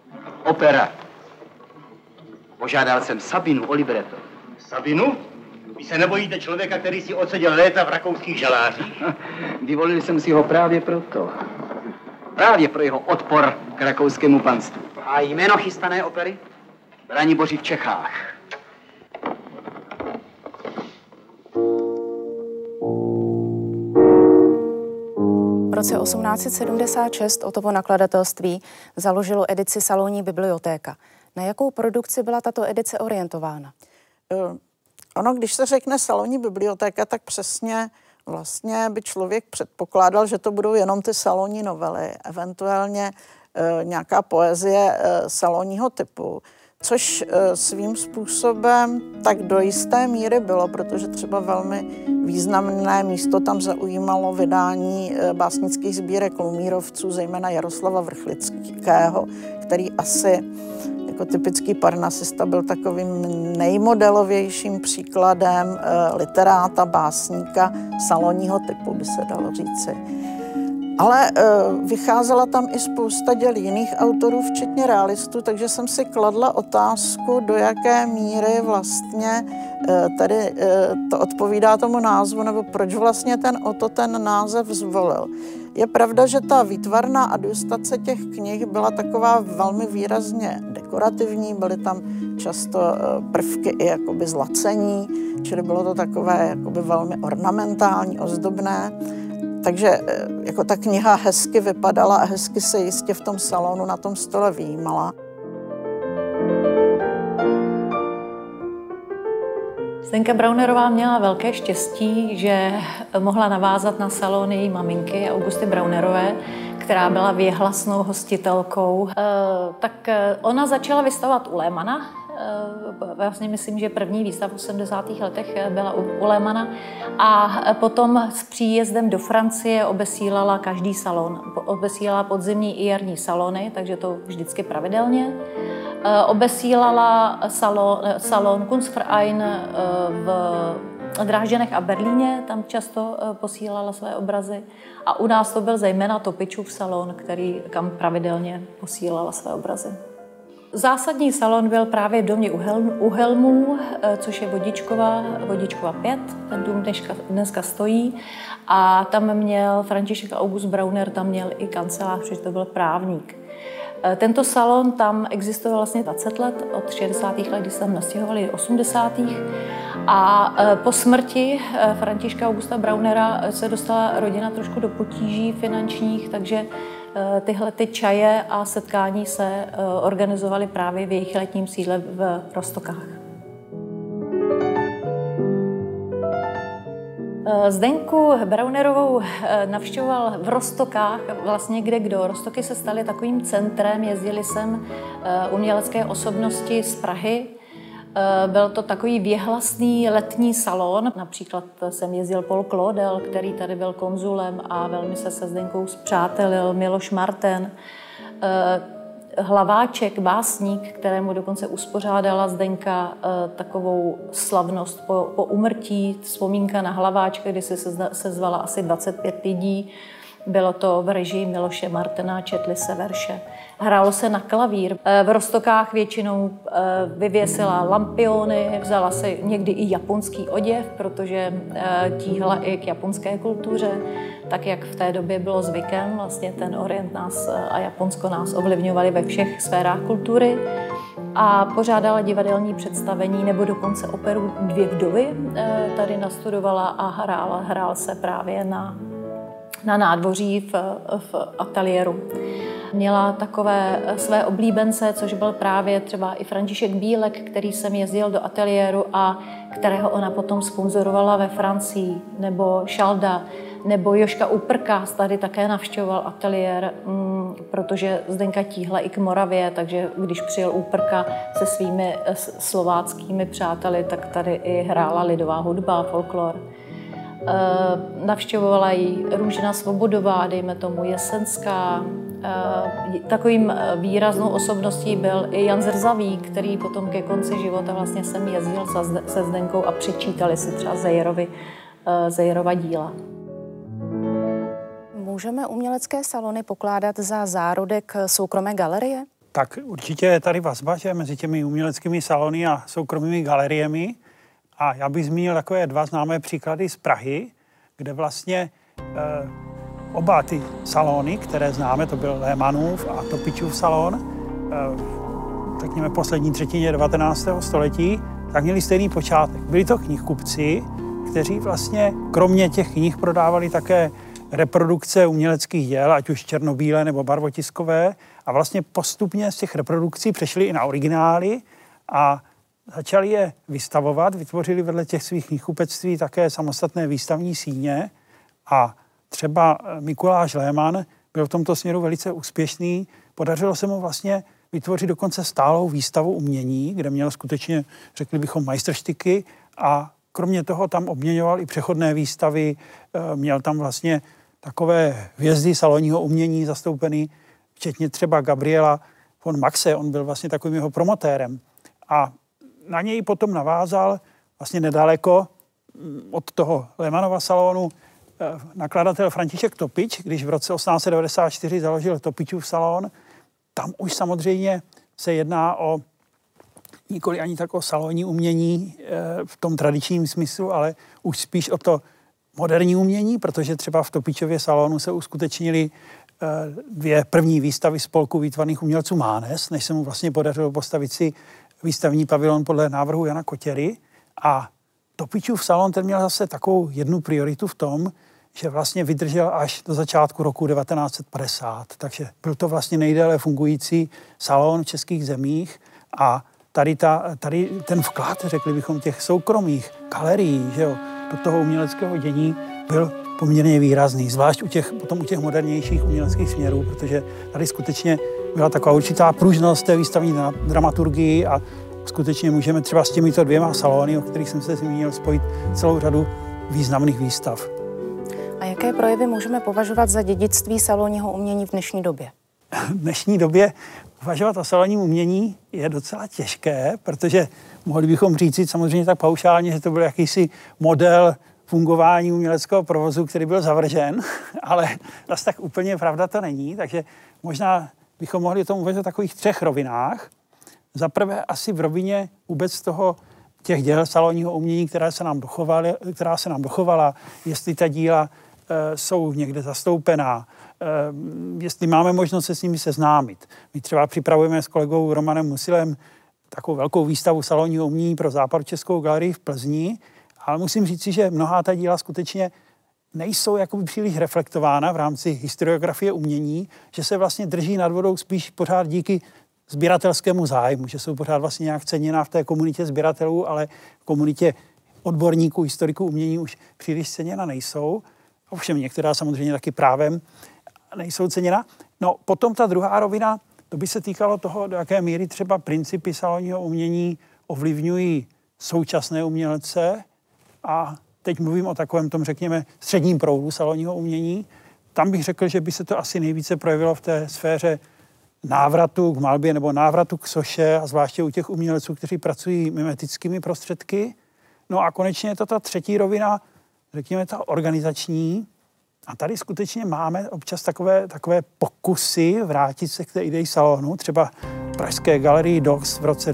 Opera. Požádal jsem Sabinu o libreto. Sabinu? Vy se nebojíte člověka, který si odseděl léta v rakouských žalářích? Vyvolil jsem si ho právě proto. Právě pro jeho odpor k rakouskému panství. A jméno chystané opery? Braniboři v Čechách. V roce 1876 Ottovo nakladatelství založilo edici Salonní bibliotéka. Na jakou produkci byla tato edice orientována? Ono, když se řekne salonní bibliotéka, tak přesně vlastně by člověk předpokládal, že to budou jenom ty salonní novely, eventuálně nějaká poezie salonního typu, což svým způsobem tak do jisté míry bylo, protože třeba velmi významné místo tam zaujímalo vydání básnických sbírek Lumírovců, zejména Jaroslava Vrchlického, který asi jako typický parnasista byl takovým nejmodelovějším příkladem literáta, básníka salonního typu, by se dalo říci. Ale vycházela tam i spousta děl jiných autorů, včetně realistů, takže jsem si kladla otázku, do jaké míry vlastně tady to odpovídá tomu názvu, nebo proč vlastně ten název zvolil. Je pravda, že ta výtvarná adjustace těch knih byla taková velmi výrazně dekorativní, byly tam často prvky i jakoby zlacení, čili bylo to takové jakoby velmi ornamentální, ozdobné. Takže jako ta kniha hezky vypadala a hezky se jistě v tom salonu na tom stole vyjímala. Zdenka Braunerová měla velké štěstí, že mohla navázat na salon její maminky Augusty Braunerové, která byla věhlasnou hostitelkou. Tak ona začala vystavovat u Lehmanna. Vlastně myslím, že první výstava v 80. letech byla u Lehmanna a potom s příjezdem do Francie obesílala každý salon. Obesílala podzimní i jarní salony, takže to vždycky pravidelně. Obesílala salon Kunstverein v Drážďanech a Berlíně, tam často posílala své obrazy. A u nás to byl zejména Topičův salon, kam pravidelně posílala své obrazy. Zásadní salon byl právě v domě u Helmů, což je Vodičkova 5, ten dům dneska stojí. A tam měl František August Brauner, tam měl i kancelář, protože to byl právník. Tento salon tam existoval vlastně 20 let, od 60. let, kdy se tam nastěhovali 80. A po smrti Františka Augusta Braunera se dostala rodina trošku do potíží finančních, takže tyhle ty čaje a setkání se organizovaly právě v jejich letním sídle v Roztokách. Zdenku Braunerovou navštěvoval v Roztokách, vlastně kde kdo. Roztoky se staly takovým centrem, jezdili sem umělecké osobnosti z Prahy. Byl to takový věhlasný letní salon. Například sem jezdil Paul Claudel, který tady byl konzulem a velmi se Zdenkou spřátelil, Miloš Marten. Hlaváček, básník, kterému dokonce uspořádala Zdenka takovou slavnost po úmrtí, vzpomínka na Hlaváčka, kdy se sezvala asi 25 lidí. Bylo to v režii Miloše Martena, četly se verše. Hrálo se na klavír. V Roztokách většinou vyvěsila lampiony, vzala se někdy i japonský oděv, protože tíhla i k japonské kultuře, tak jak v té době bylo zvykem. Vlastně ten Orient nás a Japonsko nás ovlivňovali ve všech sférách kultury. A pořádala divadelní představení nebo dokonce operu Dvě vdovy. Tady nastudovala a hrál se právě na nádvoří v ateliéru. Měla takové své oblíbence, což byl právě třeba i František Bílek, který sem jezdil do ateliéru a kterého ona potom sponzorovala ve Francii, nebo Šalda, nebo Joška Uprka tady také navštěvoval ateliér, protože Zdenka tíhla i k Moravě, takže když přijel Uprka se svými slováckými přáteli, tak tady i hrála lidová hudba, folklor. Navštěvovala ji Růžena Svobodová, dejme tomu Jesenská. Takovým výraznou osobností byl i Jan Zrzavý, který potom ke konci života vlastně sem jezdil se Zdenkou a přičítali si třeba Zejerova díla. Můžeme umělecké salony pokládat za zárodek soukromé galerie? Tak určitě je tady vazba, že mezi těmi uměleckými salony a soukromými galeriemi. A já bych zmínil takové dva známé příklady z Prahy, kde vlastně oba ty salony, které známe, to byl Lehmannův a Topičův salon, řekněme poslední třetině 19. století, tak měli stejný počátek. Byli to knihkupci, kteří vlastně kromě těch knih prodávali také reprodukce uměleckých děl, ať už černobílé nebo barvotiskové, a vlastně postupně z těch reprodukcí přešli i na originály a začali je vystavovat, vytvořili vedle těch svých knihkupectví také samostatné výstavní síně a třeba Mikuláš Lehmann byl v tomto směru velice úspěšný. Podařilo se mu vlastně vytvořit dokonce stálou výstavu umění, kde měl skutečně, řekli bychom, majstrštyky a kromě toho tam obměňoval i přechodné výstavy, měl tam vlastně takové hvězdy salonního umění zastoupený, včetně třeba Gabriela von Maxe, on byl vlastně takovým jeho promotérem. A na něj potom navázal vlastně nedaleko od toho Lehmannova salonu nakladatel František Topič, když v roce 1894 založil Topičův salon. Tam už samozřejmě se jedná o nikoli ani tak o salonní umění v tom tradičním smyslu, ale už spíš o to moderní umění, protože třeba v Topičově salonu se uskutečnily dvě první výstavy spolku výtvarných umělců Mánes, než se mu vlastně podařilo postavit si výstavní pavilon podle návrhu Jana Kotěry. A Topičův salon ten měl zase takovou jednu prioritu v tom, že vlastně vydržel až do začátku roku 1950. Takže byl to vlastně nejdéle fungující salon v českých zemích a tady ten vklad, řekli bychom, těch soukromých galerií, že jo, do toho uměleckého dění byl poměrně výrazný, zvlášť potom u těch modernějších uměleckých směrů, protože tady skutečně byla taková určitá pružnost té výstavní dramaturgii a skutečně můžeme třeba s těmito dvěma salony, o kterých jsem se zmínil, spojit celou řadu významných výstav. A jaké projevy můžeme považovat za dědictví salonního umění v dnešní době? V dnešní době uvažovat o salonním umění je docela těžké, protože mohli bychom říct samozřejmě tak paušálně, že to byl jakýsi model fungování uměleckého provozu, který byl zavržen, ale zase tak úplně pravda to není, takže možná bychom mohli o tom uvažovat v takových třech rovinách. Za prvé asi v rovině vůbec těch děl salonního umění, která se nám dochovala, jestli ta díla jsou někde zastoupená, jestli máme možnost se s nimi seznámit. My třeba připravujeme s kolegou Romanem Musilem takovou velkou výstavu salonního umění pro Západočeskou galerii v Plzni, ale musím říci, že mnohá ta díla skutečně nejsou jakoby příliš reflektována v rámci historiografie umění, že se vlastně drží nad vodou spíš pořád díky sběratelskému zájmu, že jsou pořád vlastně nějak ceněná v té komunitě sběratelů, ale v komunitě odborníků, historiků umění už příliš ceněna nejsou. Ovšem některá samozřejmě taky právem nejsou ceněna. No potom ta druhá rovina, to by se týkalo toho, do jaké míry třeba principy salonního umění ovlivňují současné umělce a teď mluvím o takovém tom, řekněme, středním proudu salonního umění. Tam bych řekl, že by se to asi nejvíce projevilo v té sféře návratu k malbě nebo návratu k soše a zvláště u těch umělců, kteří pracují mimetickými prostředky. No a konečně je to ta třetí rovina, řekněme ta organizační. A tady skutečně máme občas takové pokusy vrátit se k té ideji salonu. Třeba v pražské galerii DOX v roce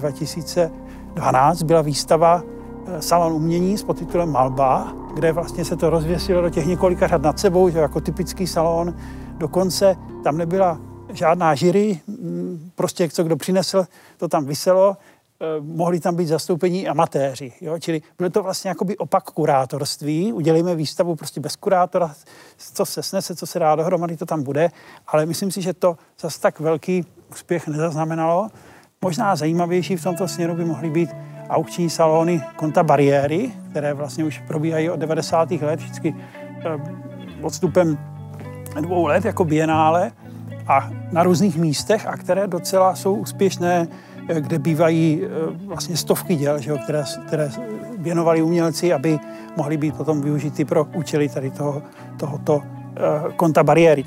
2012 byla výstava Salon umění s podtitulem Malba, kde vlastně se to rozvěsilo do těch několika řad nad sebou, že jako typický salon. Dokonce tam nebyla žádná jury, prostě co kdo přinesl, to tam viselo, mohli tam být zastoupení amatéři. Jo? Čili bylo to vlastně jakoby opak kurátorství. Udělejme výstavu prostě bez kurátora, co se snese, co se dá dohromady, to tam bude. Ale myslím si, že to zase tak velký úspěch nezaznamenalo. Možná zajímavější v tomto směru by mohly být aukční salony Conta Bariéry, které vlastně už probíhají od 90. let, vždycky odstupem 2 let jako bienále a na různých místech, a které docela jsou úspěšné, kde bývají vlastně stovky děl, že jo, které věnovali umělci, aby mohly být potom využity pro účely tady tohoto Conta Bariéry.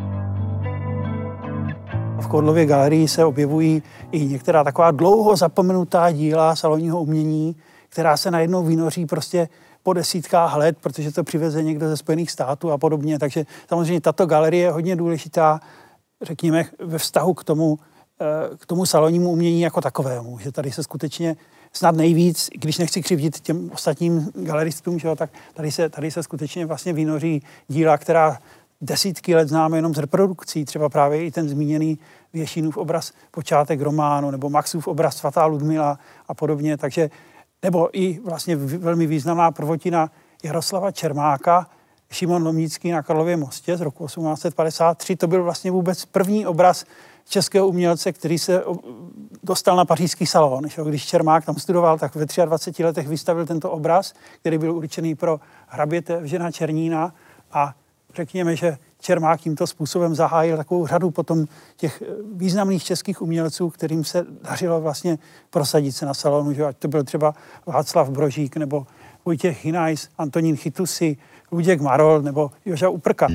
V Kodlově galerii se objevují i některá taková dlouho zapomenutá díla salonního umění, která se najednou vynoří prostě po desítkách let, protože to přiveze někdo ze Spojených států a podobně. Takže samozřejmě tato galerie je hodně důležitá, řekněme, ve vztahu k tomu salonnímu umění jako takovému. Že tady se skutečně snad nejvíc, když nechci křivdit těm ostatním galeristům, že jo, tak tady se skutečně vlastně vynoří díla, která desítky let známe jenom z reprodukcí, třeba právě i ten zmíněný Věšínův obraz Počátek románu, nebo Maxův obraz Svatá Ludmila a podobně, takže nebo i vlastně velmi významná prvotina Jaroslava Čermáka, Šimon Lomnický na Karlově mostě z roku 1853. To byl vlastně vůbec první obraz českého umělce, který se dostal na pařížský salon. Když Čermák tam studoval, tak ve 23 letech vystavil tento obraz, který byl určený pro hraběte Evžena Černína a řekněme, že Čermák tímto způsobem zahájil takovou řadu potom těch významných českých umělců, kterým se dařilo vlastně prosadit se na salonu, že ať to byl třeba Václav Brožík, nebo Vojtěch Hinajs, Antonín Chytusy, Luděk Marol nebo Joža Uprka.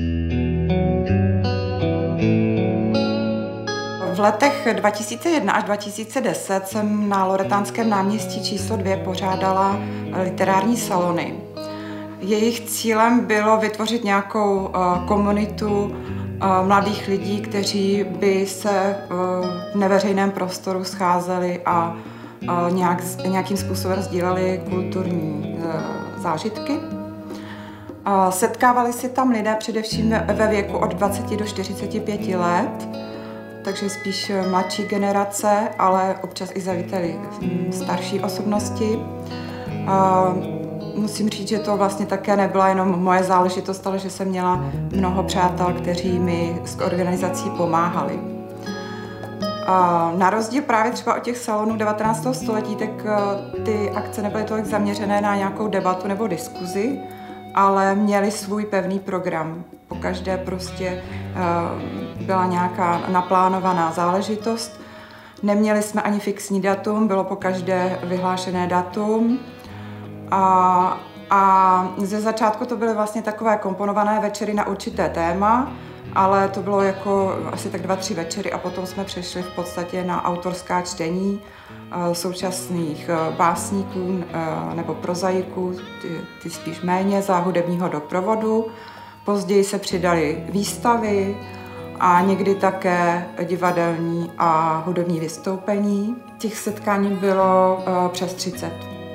V letech 2001 až 2010 jsem na Loretánském náměstí číslo 2 pořádala literární salony. Jejich cílem bylo vytvořit nějakou komunitu mladých lidí, kteří by se v neveřejném prostoru scházeli a nějakým způsobem sdíleli kulturní zážitky. Setkávali se tam lidé především ve věku od 20 do 45 let, takže spíš mladší generace, ale občas i zavítali starší osobnosti. Musím říct, že to vlastně také nebyla jenom moje záležitost, ale že jsem měla mnoho přátel, kteří mi s organizací pomáhali. Na rozdíl právě třeba od těch salonů 19. století, tak ty akce nebyly tolik zaměřené na nějakou debatu nebo diskuzi, ale měly svůj pevný program. Pokaždé prostě byla nějaká naplánovaná záležitost. Neměli jsme ani fixní datum, bylo pokaždé vyhlášené datum. A ze začátku to byly vlastně takové komponované večery na určité téma, ale to bylo jako asi tak 2-3 večery a potom jsme přešli v podstatě na autorská čtení současných básníků nebo prozaiků, ty spíš méně, za hudebního doprovodu. Později se přidaly výstavy a někdy také divadelní a hudební vystoupení. Těch setkání bylo přes 30.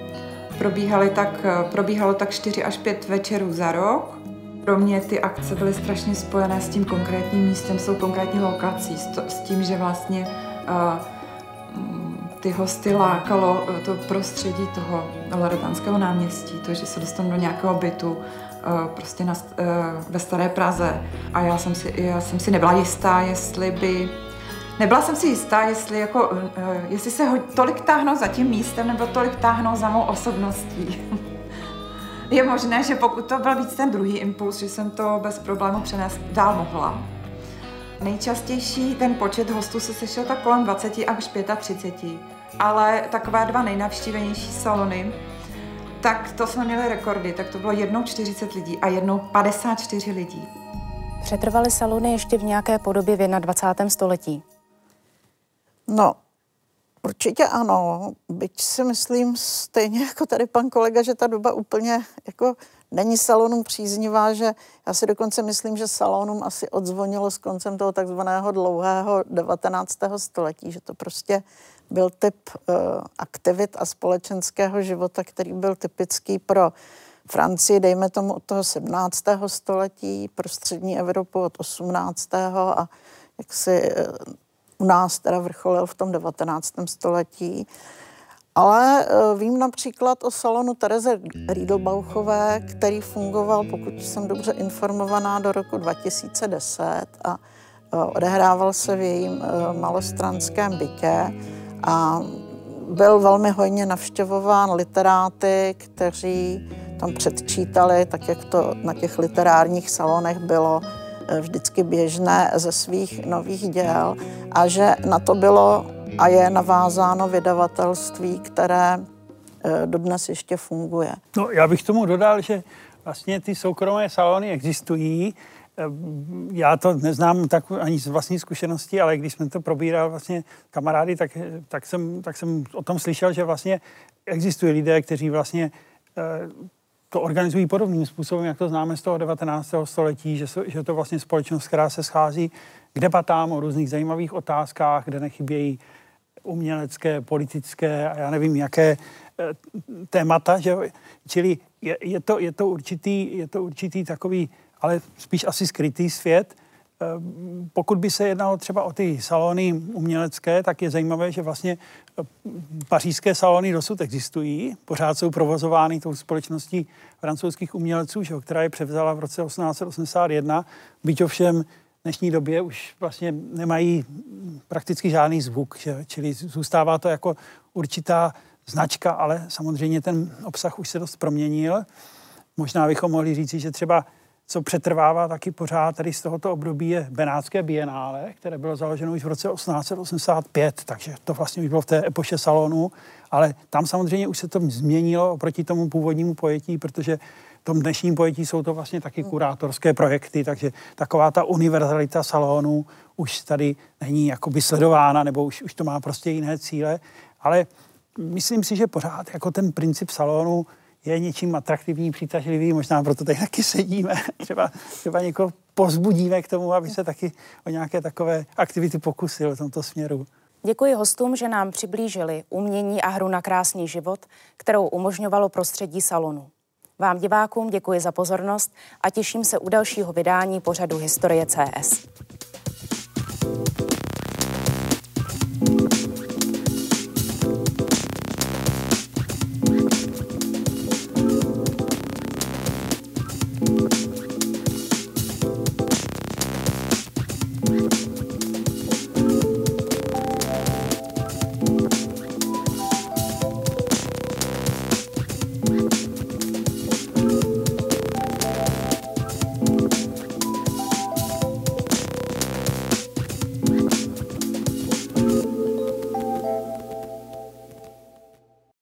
Probíhalo tak 4 až 5 večerů za rok. Pro mě ty akce byly strašně spojené s tím konkrétním místem, s tou konkrétní lokací, s tím, že vlastně ty hosty lákalo to prostředí toho Loretánského náměstí, to, že se dostanu do nějakého bytu prostě ve Staré Praze. A já jsem si nebyla jistá, jestli se ho tolik táhnou za tím místem, nebo tolik táhnou za mou osobností. Je možné, že pokud to byl víc ten druhý impuls, že jsem to bez problému přenést dál mohla. Nejčastější ten počet hostů se sešel tak kolem 20 až 35, ale takové 2 nejnavštívenější salony, tak to jsme měli rekordy, tak to bylo jednou 40 lidí a jednou 54 lidí. Přetrvaly salony ještě v nějaké podobě v 21. století? No, určitě ano, byť si myslím stejně jako tady pan kolega, že ta doba úplně jako není salonům příznivá, že já si dokonce myslím, že salonům asi odzvonilo s koncem toho takzvaného dlouhého 19. století, že to prostě byl typ aktivit a společenského života, který byl typický pro Francii, dejme tomu od toho 17. století, pro střední Evropu od 18. a jaksi u nás teda vrcholil v tom 19. století. Ale vím například o salonu Terezy Riedelbauchové, který fungoval, pokud jsem dobře informovaná, do roku 2010 a odehrával se v jejím malostranském bytě a byl velmi hojně navštěvován literáty, kteří tam předčítali, tak jak to na těch literárních salonech bylo vždycky běžné, ze svých nových děl a že na to bylo a je navázáno vydavatelství, které dodnes ještě funguje. No, já bych tomu dodal, že vlastně ty soukromé salony existují. Já to neznám tak ani z vlastní zkušenosti, ale když jsme to probírali vlastně kamarády, tak jsem o tom slyšel, že vlastně existují lidé, kteří vlastně to organizují podobným způsobem, jak to známe z toho 19. století, že to vlastně společnost, která se schází k debatám o různých zajímavých otázkách, kde nechybějí umělecké, politické a já nevím, jaké témata, že? Čili je to určitý takový, ale spíš asi skrytý svět. Pokud by se jednalo třeba o ty salony umělecké, tak je zajímavé, že vlastně pařížské salony dosud existují. Pořád jsou provozovány tou společností francouzských umělců, že, která je převzala v roce 1881. Byť ovšem v dnešní době už vlastně nemají prakticky žádný zvuk, že? Čili zůstává to jako určitá značka, ale samozřejmě ten obsah už se dost proměnil. Možná bychom mohli říci, že třeba co přetrvává taky pořád tady z tohoto období je Benátské bienále, které bylo založeno už v roce 1885, takže to vlastně už bylo v té epoše salonu, ale tam samozřejmě už se to změnilo oproti tomu původnímu pojetí, protože v tom dnešním pojetí jsou to vlastně taky kurátorské projekty, takže taková ta univerzalita salonu už tady není jakoby sledována, nebo už to má prostě jiné cíle, ale myslím si, že pořád jako ten princip salonu je něčím atraktivní, přitažlivý, možná proto tady taky sedíme. Třeba někoho povzbudíme k tomu, aby se taky o nějaké takové aktivity pokusil v tomto směru. Děkuji hostům, že nám přiblížili umění a hru na krásný život, kterou umožňovalo prostředí salonu. Vám divákům děkuji za pozornost a těším se u dalšího vydání pořadu Historie CS.